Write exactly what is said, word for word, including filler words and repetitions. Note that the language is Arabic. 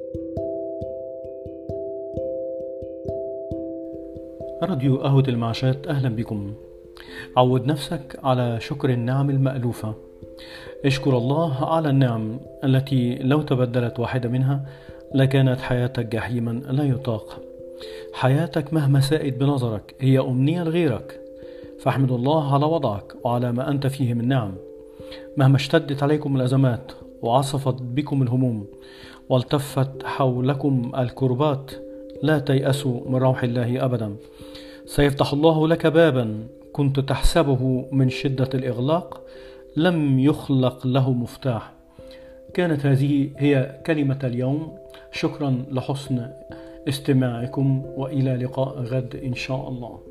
راديو قهوة المعاشات، أهلا بكم. عود نفسك على شكر النعم المألوفة. اشكر الله على النعم التي لو تبدلت واحدة منها لكانت حياتك جحيما لا يطاق. حياتك مهما سائت بنظرك هي أمنية لغيرك، فاحمد الله على وضعك وعلى ما أنت فيه من نعم. مهما اشتدت عليكم الأزمات وعصفت بكم الهموم والتفت حولكم الكربات، لا تيأسوا من روح الله أبدا. سيفتح الله لك بابا كنت تحسبه من شدة الإغلاق لم يخلق له مفتاح. كانت هذه هي كلمة اليوم. شكرا لحسن استماعكم، وإلى لقاء غد إن شاء الله.